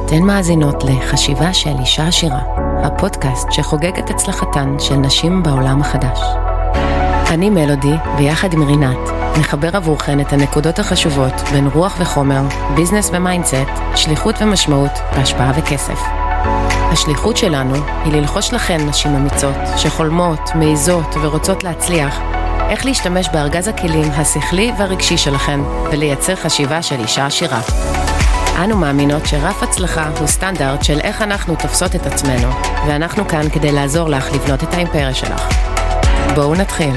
אתן מאזינות לחשיבה של אישה עשירה, הפודקאסט שחוגג את הצלחתן של נשים בעולם החדש. אני מלודי, ויחד עם רינת, נחבר עבורכן את הנקודות החשובות בין רוח וחומר, ביזנס ומיינדסט, שליחות ומשמעות, והשפעה וכסף. השליחות שלנו היא ללחוש לכן נשים אמיצות, שחולמות, מעיזות ורוצות להצליח, איך להשתמש בארגז הכלים השכלי והרגשי שלכן, ולייצר חשיבה של אישה עשירה. אנו מאמינות שרף הצלחה הוא סטנדרט של איך אנחנו תופסות את עצמנו, ואנחנו כאן כדי לעזור לך לבנות את האימפריה שלך. בואו נתחיל.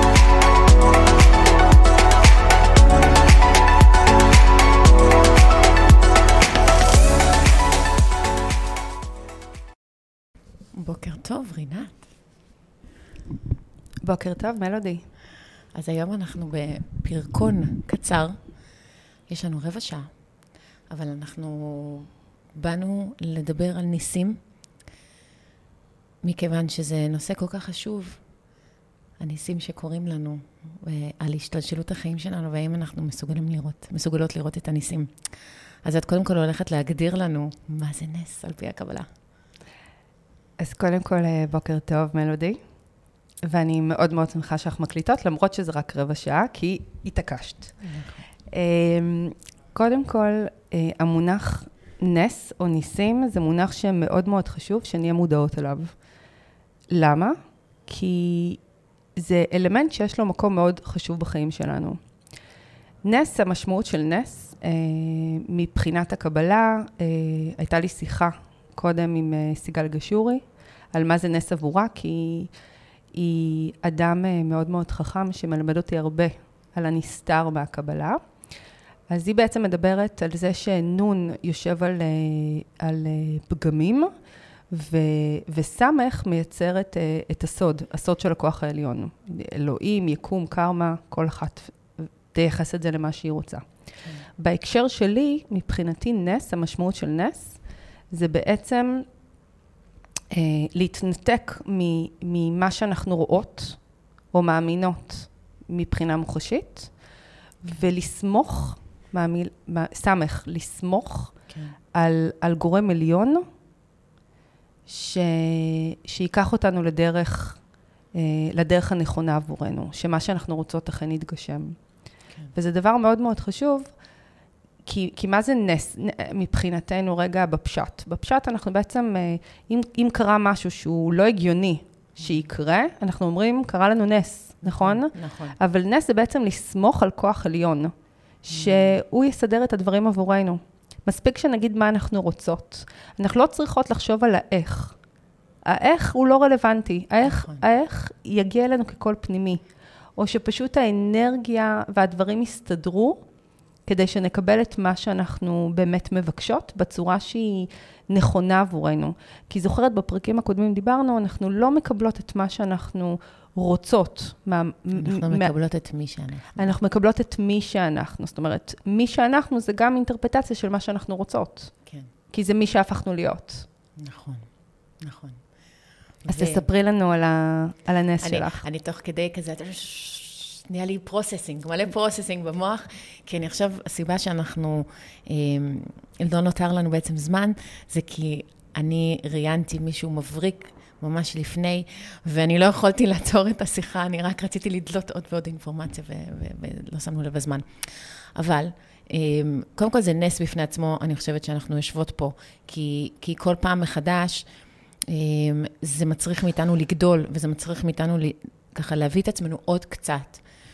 בוקר טוב, רינת. בוקר טוב, מלודי. אז היום אנחנו בפרקון קצר. יש לנו רבע שעה. אבל אנחנו באנו לדבר על ניסים, מכיוון שזה נושא כל כך חשוב, הניסים שקורים לנו, על השתלשלות החיים שלנו, והאם אנחנו מסוגלות לראות את הניסים. אז את קודם כל הולכת להגדיר לנו מה זה נס על פי הקבלה. אז קודם כל, בוקר טוב, מלודי. ואני מאוד מאוד שמחה שאנחנו מקליטות, למרות שזה רק רבע שעה, כי התעקשת. קודם כל, המונח נס או ניסים זה מונח שמאוד מאוד חשוב שנהיה מודעות אליו. למה? כי זה אלמנט שיש לו מקום מאוד חשוב בחיים שלנו. נס, המשמעות של נס, מבחינת הקבלה, הייתה לי שיחה קודם עם סיגל גשורי, על מה זה נס עבורה, כי היא אדם מאוד מאוד חכם שמלמד אותי הרבה על הנסתר מהקבלה. אז היא בעצם מדברת על זה שנון יושב על פגמים, וסמך מייצרת את הסוד של הכוח העליון. אלוהים, יקום, קרמה, כל אחת תייחס את זה למה שהיא רוצה. בהקשר שלי, מבחינתי נס, המשמעות של נס, זה בעצם להתנתק ממה שאנחנו רואות, או מאמינות מבחינה מוחשית, ולסמוך, סמך, לסמוך על גורם עליון, שיקח אותנו לדרך הנכונה עבורנו, שמה שאנחנו רוצות אכן יתגשם. וזה דבר מאוד מאוד חשוב, כי מה זה נס מבחינתנו רגע בפשט? בפשט אנחנו בעצם, אם קרה משהו שהוא לא הגיוני שיקרה, אנחנו אומרים, קרה לנו נס, נכון? נכון. אבל נס זה בעצם לסמוך על כוח עליון, שהוא יסדר את הדברים עבורנו. מספיק שנגיד מה אנחנו רוצות. אנחנו לא צריכות לחשוב על האיך. האיך הוא לא רלוונטי. האיך יגיע אלינו ככל פנימי. או שפשוט האנרגיה והדברים יסתדרו, כדי שנקבל את מה שאנחנו באמת מבקשות, בצורה שהיא נכונה עבורנו. כי זוכרת, בפרקים הקודמים דיברנו, אנחנו לא מקבלות את מה שאנחנו רוצות. אנחנו מקבלות את מי שאנחנו. אנחנו מקבלות את מי שאנחנו. זאת אומרת, מי שאנחנו זה גם אינטרפטציה של מה שאנחנו רוצות. כן. כי זה מי שהפכנו להיות. נכון, נכון. אז תספרי לנו על הנס שלך. אני תוך כדי כזה, נהיה לי פרוססינג, מלא פרוססינג במוח, כי אני עכשיו, הסיבה שאנחנו, לא נותר לנו בעצם זמן, זה כי אני ראיינתי מישהו מבריק ממש לפני, ואני לא יכולתי לעצור את השיחה, אני רק רציתי לדלות עוד ועוד אינפורמציה, ולא שמנו לב הזמן. אבל, קודם כל זה נס בפני עצמו, אני חושבת שאנחנו יושבות פה, כי כל פעם מחדש, זה מצריך מאיתנו לגדול, וזה מצריך מאיתנו ככה להביא את עצמנו עוד קצת.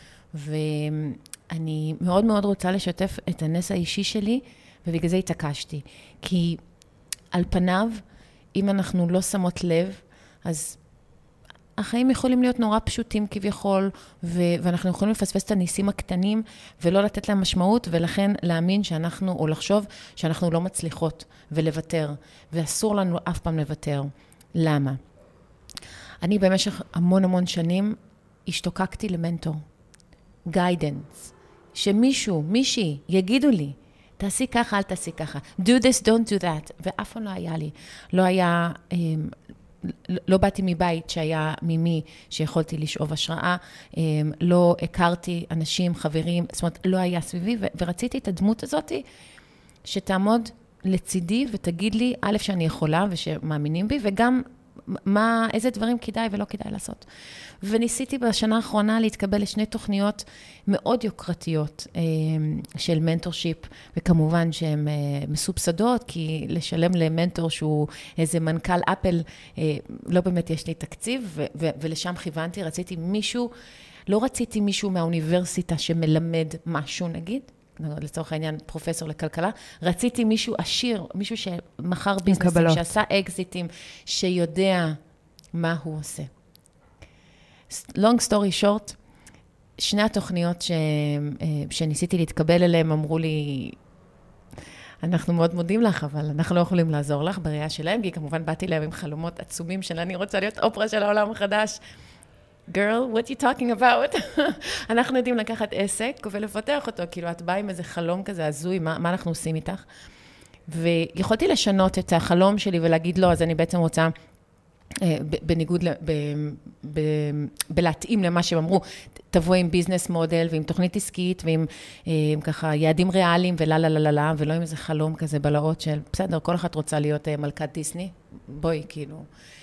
ואני מאוד מאוד רוצה לשתף את הנס האישי שלי, ובגלל זה התעקשתי. כי על פניו, אם אנחנו לא שמות לב, אז החיים יכולים להיות נורא פשוטים כביכול, ואנחנו יכולים לפספס את הניסים הקטנים, ולא לתת להם משמעות, ולכן להאמין שאנחנו, או לחשוב שאנחנו לא מצליחות, ולוותר. ואסור לנו אף פעם לוותר. למה? אני במשך המון שנים, השתוקקתי למנטור. גיידנס. מישהי, יגידו לי, תעשי ככה, אל תעשי ככה. Do this, don't do that. ואף פעם לא היה לי. לא באתי מבית שהיה ממי שיכולתי לשאוב השראה, לא הכרתי אנשים, חברים, זאת אומרת, לא היה סביבי, ורציתי את הדמות הזאת שתעמוד לצידי ותגיד לי, א', שאני יכולה ושמאמינים בי, וגם איזה דברים כדאי ולא כדאי לעשות. וניסיתי בשנה האחרונה להתקבל לשני תוכניות מאוד יוקרתיות של מנטורשיפ, וכמובן שהן מסובסדות, כי לשלם למנטור שהוא איזה מנכ"ל אפל, לא באמת יש לי תקציב, ולשם כיוונתי, לא רציתי מישהו מהאוניברסיטה שמלמד משהו, נגיד, לצורך העניין פרופסור לכלכלה, רציתי מישהו עשיר, מישהו שמחר ביזנסים, שעשה אקזיטים, שיודע מה הוא עושה. long story short, שני התוכניות שניסיתי להתקבל אליהם, אמרו לי, אנחנו מאוד מודים לך, אבל אנחנו לא יכולים לעזור לך בראייה שלהם, כי כמובן באתי להם עם חלומות עצומים של אני רוצה להיות אופרה של העולם החדש. Girl, what you talking about? אנחנו יודעים לקחת עסק ולפתח אותו, כאילו את באה עם איזה חלום כזה הזוי, מה אנחנו עושים איתך? ויכולתי לשנות את החלום שלי ולהגיד לא, אז אני בעצם רוצה, בניגוד, בלהתאים למה שהם אמרו, תבוא עם ביזנס מודל ועם תוכנית עסקית ועם ככה יעדים ריאליים ולא עם איזה חלום כזה בלהות של, בסדר, כל אחת רוצה להיות מלכת דיסני, בואי, כאילו.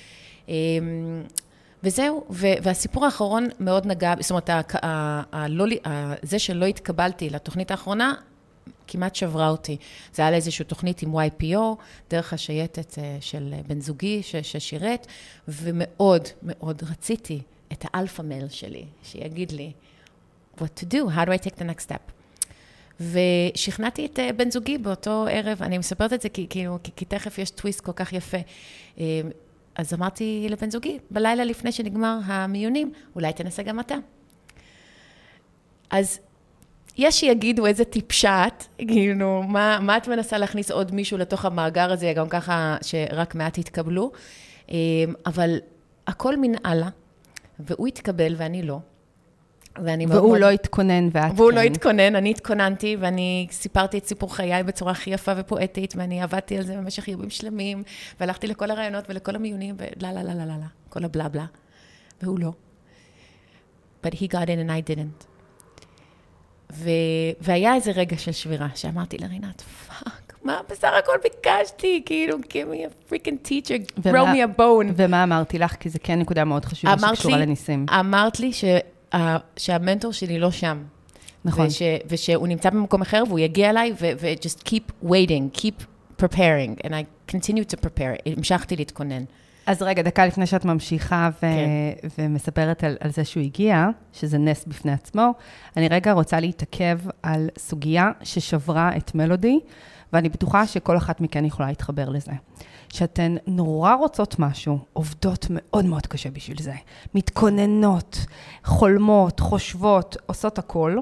וזהו, והסיפור האחרון מאוד נגע, זאת אומרת, זה שלא התקבלתי לתוכנית האחרונה, כמעט שברה אותי. זה היה לאיזושהי תוכנית עם YPO, דרך השייטת של בן זוגי ששירת, ומאוד מאוד רציתי את האלפא מייל שלי, שיגיד לי, what to do, how do I take the next step? ושכנעתי את בן זוגי באותו ערב, אני מספרת את זה כי תכף יש טוויסט כל כך יפה. אז אמרתי לבן זוגי, בלילה לפני שנגמר המיונים, אולי תנסה גם אתה. אז יש שיגידו איזה טיפשת, כאילו, מה את מנסה להכניס עוד מישהו לתוך המאגר הזה, גם ככה שרק מעט יתקבלו, אבל הכל מנהלה, והוא יתקבל ואני לא. והוא לא התכונן ואת כן. והוא לא התכונן, אני התכוננתי, ואני סיפרתי את סיפור חיי בצורה הכי יפה ופואטית, ואני עבדתי על זה במשך ימים שלמים, והלכתי לכל הרעיונות ולכל המיונים, כל הבלה בלה. והוא לא. But he got in and I didn't. והיה איזה רגע של שבירה, שאמרתי לרינת, פאק, מה בסך הכל ביקשתי? כאילו, give me a freaking teacher, grow me a bone. ומה אמרתי לך? כי זה כן נקודה מאוד חשובה שקשורה לניסים. אמרת לי שהמנטור שלי לא שם. נכון. ושהוא נמצא במקום אחר, והוא יגיע אליי, ו-just keep waiting, keep preparing, and I continue to prepare. המשכתי להתכונן. אז רגע, דקה לפני שאת ממשיכה ומספרת על זה שהוא הגיע, שזה נס בפני עצמו, אני רגע רוצה להתעכב על סוגיה ששברה את מלודי, ואני בטוחה שכל אחת מכן יכולה להתחבר לזה. שאתן נורא רוצות משהו, עובדות מאוד מאוד קשה בשביל זה, מתכוננות, חולמות, חושבות, עושות הכל,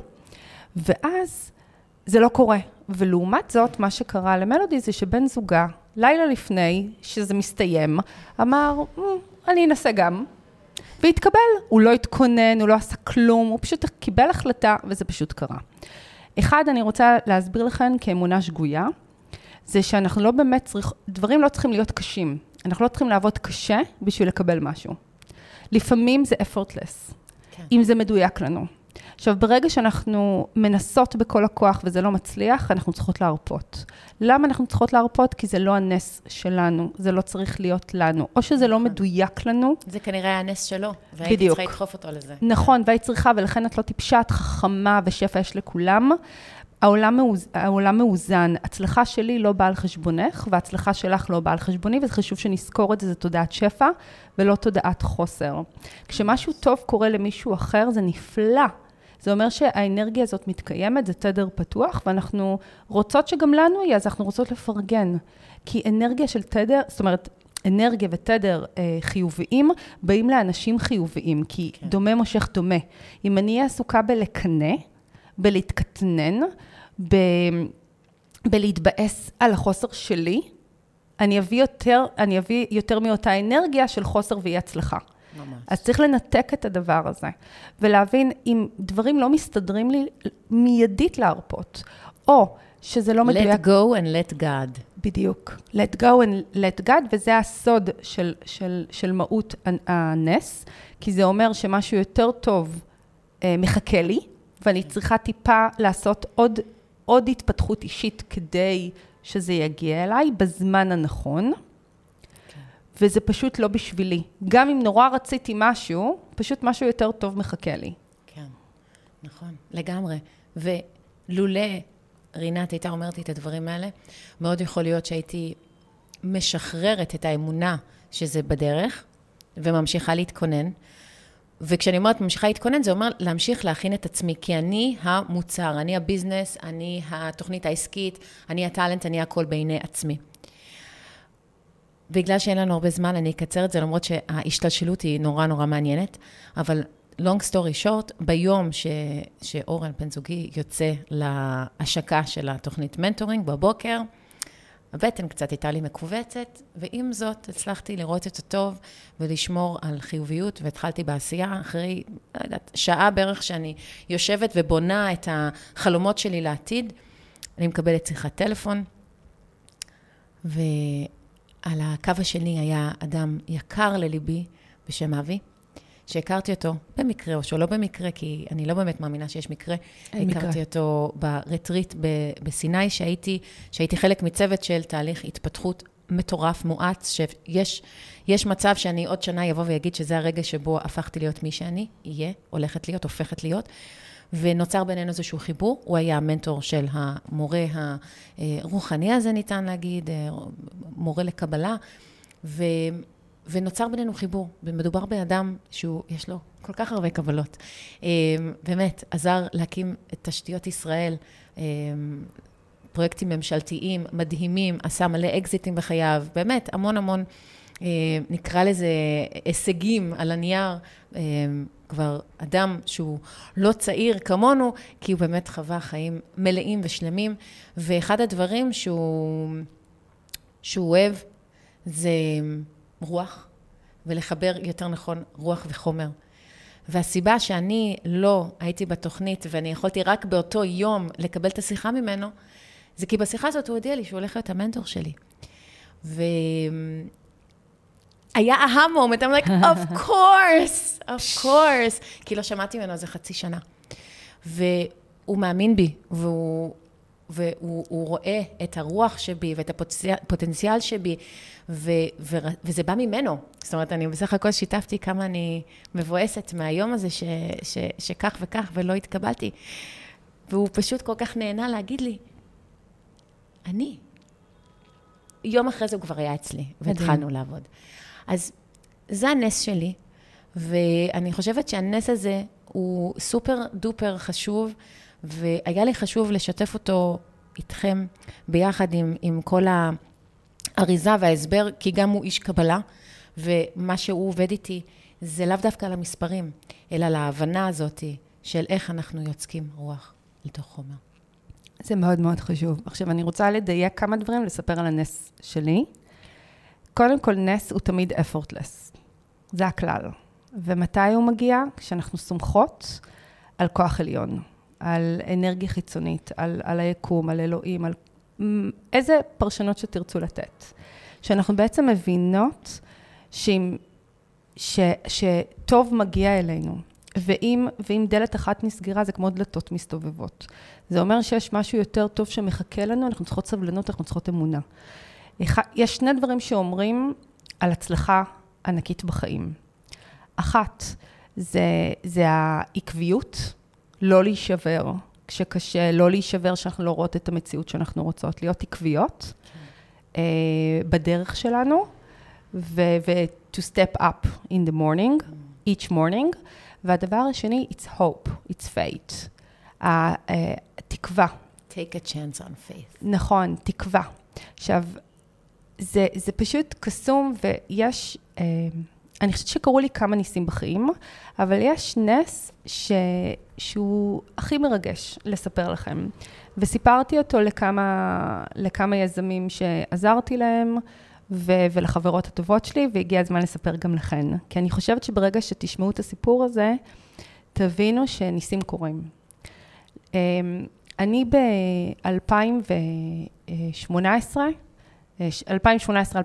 ואז זה לא קורה. ולעומת זאת, מה שקרה למלודי זה שבן זוגה, לילה לפני שזה מסתיים, אמר, אני אנסה גם, והתקבל. הוא לא התכונן, הוא לא עשה כלום, הוא פשוט קיבל החלטה, וזה פשוט קרה. אחד, אני רוצה להסביר לכם כאמונה שגויה, זה שאנחנו לא באמת דברים לא צריכים להיות קשים. אנחנו לא צריכים לעבוד קשה בשביל לקבל משהו. לפעמים זה effortless, כן. אם זה מדויק לנו. עכשיו, ברגע שאנחנו מנסות בכל הכוח וזה לא מצליח, אנחנו צריכות להרפות. למה אנחנו צריכות להרפות? כי זה לא הנס שלנו, זה לא צריך להיות לנו. או שזה לא מדויק לנו. זה כנראה הנס שלו, והייתי צריכה לדחוף אותו לזה. נכון, והיית צריכה, ולכן את לא טיפשה, את חכמה ושפע יש לכולם. העולם מאוזן. הצלחה שלי לא באה על חשבונך, וההצלחה שלך לא באה על חשבוני, וזה חשוב שנזכור את זה, זה תודעת שפע, ולא תודעת חוסר. כשמשהו טוב קורה למישהו אחר, זה נפלא. זה אומר שהאנרגיה הזאת מתקיימת, זה תדר פתוח, ואנחנו רוצות שגם לנו יהיה, אז אנחנו רוצות לפרגן. כי אנרגיה של תדר, זאת אומרת, אנרגיה ותדר חיוביים, באים לאנשים חיוביים, כי כן. דומה מושך דומה. אם אני אהיה עסוקה בלקנה, בלהתקטנן, בלהתבאס על החוסר שלי, אני אביא יותר מאותה אנרגיה של חוסר ואי הצלחה. ממש. אז צריך לנתק את הדבר הזה, ולהבין אם דברים לא מסתדרים לי, מיידית להרפות, או שזה לא מדויק. Let go and let God. בדיוק. Let go and let God, וזה הסוד של מהות הנס, כי זה אומר שמשהו יותר טוב מחכה לי, ואני צריכה טיפה לעשות עוד התפתחות אישית כדי שזה יגיע אליי בזמן הנכון, וזה פשוט לא בשבילי. גם אם נורא רציתי משהו, פשוט משהו יותר טוב מחכה לי. כן, נכון, לגמרי. ולולא רינת הייתה אומרת לי את הדברים האלה, מאוד יכול להיות שהייתי משחררת את האמונה שזה בדרך, וממשיכה להתכונן. וכשאני אומרת ממשיכה להתכונן, זה אומר להמשיך להכין את עצמי, כי אני המוצר, אני הביזנס, אני התוכנית העסקית, אני הטלנט, אני הכל בעיני עצמי. בגלל שאין לנו הרבה זמן, אני אקצר את זה, למרות שההשתלשלות היא נורא נורא מעניינת, אבל long story short, ביום שאורן בן זוגי יוצא להשקה של התוכנית מנטורינג בבוקר, הבטן קצת הייתה לי מקובצת, ועם זאת הצלחתי לראות את הטוב ולשמור על חיוביות, והתחלתי בעשייה אחרי, לא יודעת, שעה בערך שאני יושבת ובונה את החלומות שלי לעתיד, אני מקבלת שיחת טלפון, ועל הקו השני היה אדם יקר לליבי בשם אבי, שהכרתי אותו במקרה או שלא במקרה, כי אני לא באמת מאמינה שיש מקרה. הכרתי אותו ברטריט בסיני, שהייתי חלק מצוות של תהליך התפתחות מטורף, מואץ, שיש מצב שאני עוד שנה יבוא ויגיד שזה הרגע שבו הפכתי להיות מי שאני, הולכת להיות, הופכת להיות, ונוצר בינינו איזשהו חיבור. הוא היה המנטור של המורה הרוחני הזה, ניתן להגיד, מורה לקבלה, ונוצר בינינו חיבור, ומדובר באדם שיש לו כל כך הרבה קבלות. באמת, עזר להקים את תשתיות ישראל, פרויקטים ממשלתיים, מדהימים, עשה מלא אקזיטים בחייו, באמת, המון המון, נקרא לזה הישגים על הנייר, כבר אדם שהוא לא צעיר כמונו, כי הוא באמת חווה חיים מלאים ושלמים, ואחד הדברים שהוא אוהב, זה רוח, ולחבר יותר נכון רוח וחומר. והסיבה שאני לא הייתי בתוכנית, ואני יכולתי רק באותו יום לקבל את השיחה ממנו, זה כי בשיחה הזאת הוא הודיע לי שהוא הולך להיות המנטור שלי. היה המומנט, I'm like, of course, כי לא שמעתי ממנו איזה חצי שנה. והוא מאמין בי, והוא רואה את הרוח שבי, ואת הפוטנציאל שבי, וזה בא ממנו. זאת אומרת, אני בסך הכל שיתפתי כמה אני מבואסת מהיום הזה, שכך וכך ולא התקבלתי. והוא פשוט כל כך נהנה להגיד לי, אני. יום אחרי זה הוא כבר היה אצלי, והתחלנו לעבוד. אז זה הנס שלי, ואני חושבת שהנס הזה הוא סופר דופר חשוב, והיה לי חשוב לשתף אותו איתכם ביחד עם כל האריזה וההסבר, כי גם הוא איש קבלה, ומה שהוא עובד איתי זה לאו דווקא על המספרים, אלא להבנה הזאת של איך אנחנו יוצקים רוח לתוך חומר. זה מאוד מאוד חשוב. עכשיו, אני רוצה לדייק כמה דברים, לספר על הנס שלי. קודם כל, נס הוא תמיד effortless. זה הכלל. ומתי הוא מגיע? כשאנחנו סומכות על כוח עליון, על אנרגיה חיצונית, על היקום, על אלוהים, על איזה פרשנות שתרצו לתת. שאנחנו בעצם מבינות שטוב מגיע אלינו. ואם דלת אחת נסגרה, זה כמו דלתות מסתובבות. זה אומר שיש משהו יותר טוב שמחכה לנו, אנחנו צריכות סבלנות, אנחנו צריכות אמונה. יש שני דברים שאומרים על הצלחה ענקית בחיים. אחת, זה העקביות, לא להישבר, כשקשה, לא להישבר שאנחנו לא רואות את המציאות שאנחנו רוצות, להיות עקביות בדרך שלנו, to step up in the morning, each morning, והדבר השני, it's hope, it's fate, התקווה. Take a chance on faith. נכון, תקווה. עכשיו, זה פשוט קסום, ויש, אני חושבת שקראו לי כמה ניסים בחיים, אבל יש נס שהוא הכי מרגש לספר לכם. וסיפרתי אותו לכמה יזמים שעזרתי להם, ולחברות הטובות שלי, והגיע הזמן לספר גם לכן. כי אני חושבת שברגע שתשמעו את הסיפור הזה, תבינו שניסים קורים. אני ב-2018,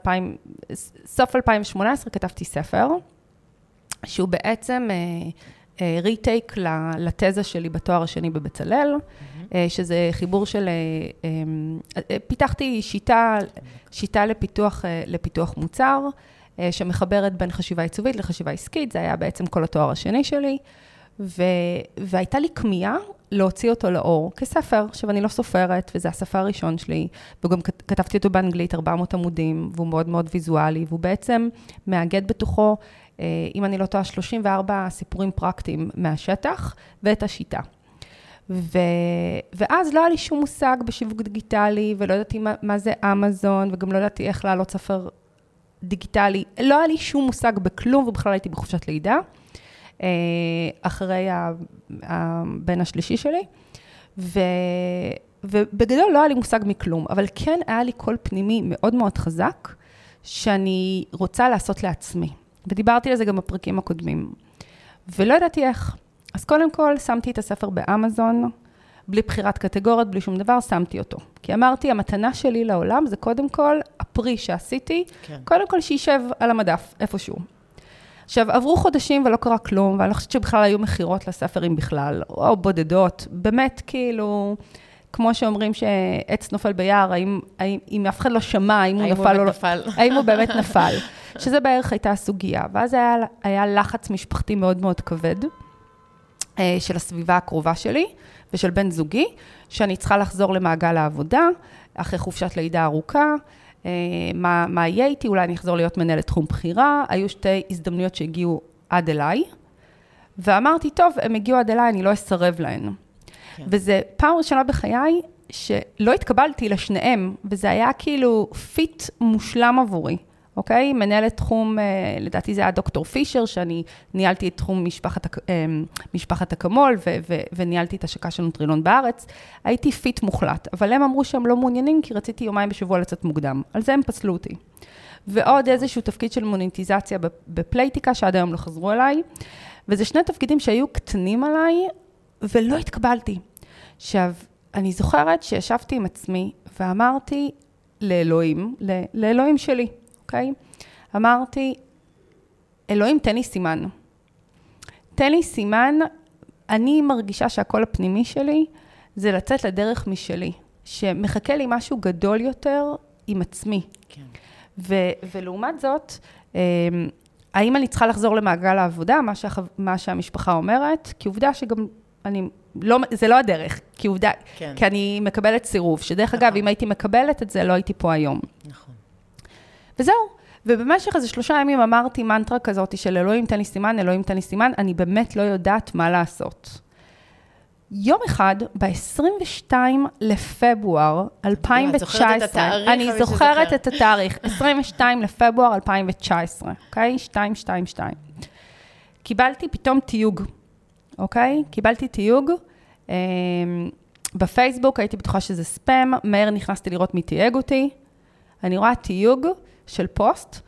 סוף 2018 כתבתי ספר, שהוא בעצם ריטייק לתזה שלי בתואר השני בבצלאל, שזה חיבור של, פיתחתי שיטה לפיתוח מוצר, שמחברת בין חשיבה עיצובית לחשיבה עסקית, זה היה בעצם כל התואר השני שלי, והייתה לי כמיהה להוציא אותו לאור כספר, עכשיו אני לא סופרת, וזה הספר הראשון שלי, וגם כתבתי אותו באנגלית 400 עמודים, והוא מאוד מאוד ויזואלי, והוא בעצם מאגד בתוכו, אם אני לא טועה, 34 סיפורים פרקטיים מהשטח, ואת השיטה. ואז לא היה לי שום מושג בשיווק דיגיטלי, ולא ידעתי מה זה אמזון, וגם לא ידעתי איך לעלות ספר דיגיטלי, לא היה לי שום מושג בכלום, ובכלל הייתי בחופשת לידה, אחרי הבן השלישי שלי, ובגדול לא היה לי מושג מכלום, אבל כן היה לי קול פנימי מאוד מאוד חזק, שאני רוצה לעשות לעצמי. ודיברתי על זה גם בפרקים הקודמים. ולא ידעתי איך. אז קודם כל, שמתי את הספר באמזון, בלי בחירת קטגוריות, בלי שום דבר, שמתי אותו. כי אמרתי, המתנה שלי לעולם זה קודם כל, הפרי שעשיתי, כן. קודם כל שישב על המדף, איפשהו. עכשיו, עברו חודשים ולא קרה כלום, ואני חושבת שבכלל היו מחירות לספרים בכלל, או בודדות, באמת כאילו, כמו שאומרים שעץ נופל ביער, אם אף אחד לא שמע, האם הוא נפל או לא, האם הוא באמת נפל. שזה בערך הייתה הסוגיה, ואז היה לחץ משפחתי מאוד מאוד כבד, של הסביבה הקרובה שלי, ושל בן זוגי, שאני צריכה לחזור למעגל העבודה, אחרי חופשת לידה ארוכה, מה יהיה איתי, אולי אני אחזור להיות מנהלת תחום בחירה, היו שתי הזדמנויות שהגיעו עד אליי, ואמרתי, טוב, הם הגיעו עד אליי, אני לא אסרב להן. כן. וזה פעם ראשונה בחיי, שלא התקבלתי לשניהם, וזה היה כאילו פיט מושלם עבורי. אוקיי? מנהלת תחום, לדעתי זה היה דוקטור פישר, שאני ניהלתי את תחום משפחת הקמול, וניהלתי את השקה של נוטרילון בארץ. הייתי פיט מוחלט, אבל הם אמרו שהם לא מעוניינים, כי רציתי יומיים בשבוע לצאת מוקדם. על זה הם פסלו אותי. ועוד איזשהו תפקיד של מוניטיזציה בפלייטיקה, שעד היום לא חזרו אליי. וזה שני תפקידים שהיו קטנים עליי, ולא התקבלתי. עכשיו, אני זוכרת שישבתי עם עצמי, ואמרתי לאלוהים שלי, אוקיי? אמרתי, אלוהים, תן לי סימן. תן לי סימן, אני מרגישה שהכל הפנימי שלי, זה לצאת לדרך משלי, שמחכה לי משהו גדול יותר עם עצמי. כן. ולעומת זאת, האם אני צריכה לחזור למעגל העבודה, מה שהמשפחה אומרת, כי עובדה שגם זה לא הדרך, כי עובדה, כן. כי אני מקבלת סירוב, שדרך נכון. אגב, אם הייתי מקבלת את זה, לא הייתי פה היום. נכון. וזהו, ובמשך איזה 3 ימים אמרתי מנטרה כזאת של אלוהים תן לי סימן, אלוהים תן לי סימן, אני באמת לא יודעת מה לעשות. יום אחד, ב-22 לפברואר 2019, אני זוכרת את התאריך, 22 לפברואר 2019, אוקיי? 222. קיבלתי פתאום תיוג, אוקיי? קיבלתי תיוג, בפייסבוק הייתי בטוחה שזה ספאם, מהר נכנסתי לראות מי תייג אותי, אני רואה תיוג של פוסט,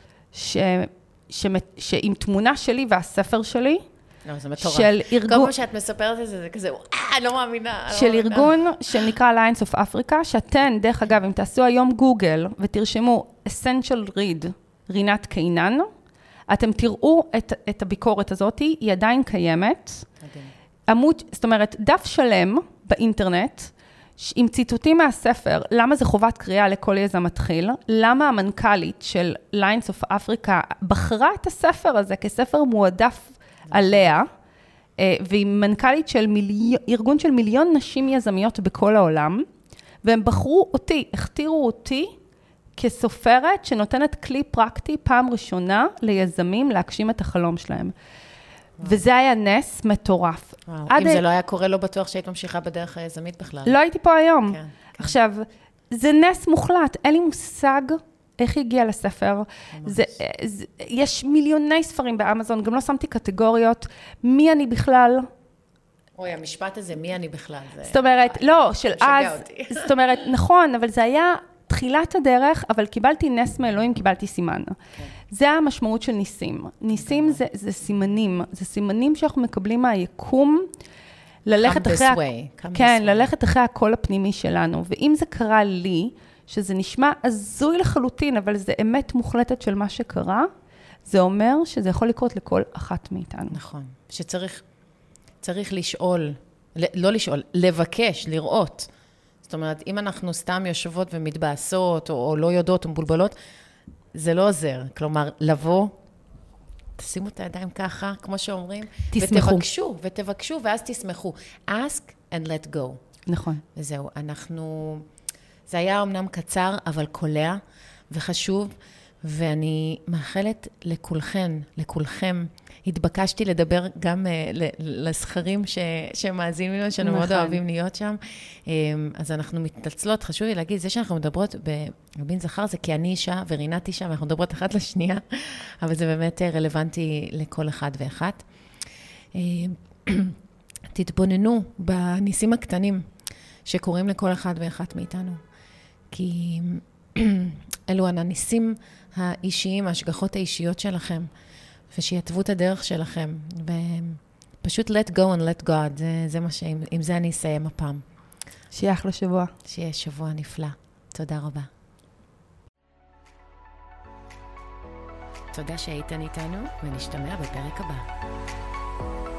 שעם תמונה שלי והספר שלי, זה מטורף. של ארגון... כל פעם שאת מספרת את זה, זה כזה, אני לא מאמינה. של ארגון שנקרא Alliance of Africa, שאתן, דרך אגב, אם תעשו היום גוגל, ותרשמו Essential Read, רינת קינן, אתם תראו את הביקורת הזאת, היא עדיין קיימת. עמוד, זאת אומרת, דף שלם באינטרנט, עם ציטוטים מהספר, למה זה חובת קריאה לכל יזם מתחיל, למה המנכ"לית של Alliance of Africa בחרה את הספר הזה כספר מועדף עליה, והיא מנכ"לית של ארגון של 1,000,000 נשים יזמיות בכל העולם, והם בחרו אותי, הכתירו אותי כסופרת שנותנת כלי פרקטי פעם ראשונה ליזמים להגשים את החלום שלהם. וזה היה נס מטורף. אם זה לא היה קורה, לא בטוח שהיית ממשיכה בדרך היזמית בכלל. לא הייתי פה היום. עכשיו, זה נס מוחלט, אין לי מושג איך הגיע לספר. יש מיליוני ספרים באמזון, גם לא שמתי קטגוריות. מי אני בכלל? אוי, המשפט הזה, מי אני בכלל? זאת אומרת, לא, של אז. זאת אומרת, נכון, אבל זה היה תחילת הדרך, אבל קיבלתי נס מאלוהים, קיבלתי סימן. זה המשמעות של ניסים. ניסים זה סימנים. זה סימנים שאנחנו מקבלים מהיקום, ללכת אחרי הקול הפנימי שלנו. ואם זה קרה לי, שזה נשמע הזוי לחלוטין, אבל זה אמת מוחלטת של מה שקרה, זה אומר שזה יכול לקרות לכל אחת מאיתנו. נכון. שצריך צריך לשאול, לא לשאול, לבקש, לראות. זאת אומרת, אם אנחנו סתם יושבות ומתבאסות, או לא יודעות או מבולבלות, זה לא עוזר. כלומר, לבוא, תשימו את הידיים ככה, כמו שאומרים, תשמחו. ותבקשו, ואז תשמחו. Ask and let go. נכון. וזהו, זה היה אמנם קצר, אבל קולע וחשוב, ואני מאחלת לכולכם, התבקשתי לדבר גם לסחרים שמאזינים לנו, שאנו מאוד אוהבים להיות שם, אז אנחנו מתנצלות, חשוב לי להגיד, זה שאנחנו מדברות ברבין זכר, זה כי אני אישה ורינת אישה, ואנחנו מדברות אחת לשנייה, אבל זה באמת רלוונטי לכל אחד ואחת. תתבוננו בניסים הקטנים שקורים לכל אחד ואחת מאיתנו, כי אלו הניסים האישיים, ההשגחות האישיות שלכם, ושיתוו את הדרך שלכם, ופשוט let go and let God, זה מה עם זה אני אסיים הפעם. שיהיה אחלה שבוע. שיהיה שבוע נפלא. תודה רבה. תודה שהייתן איתנו, ונשתמע בפרק הבא.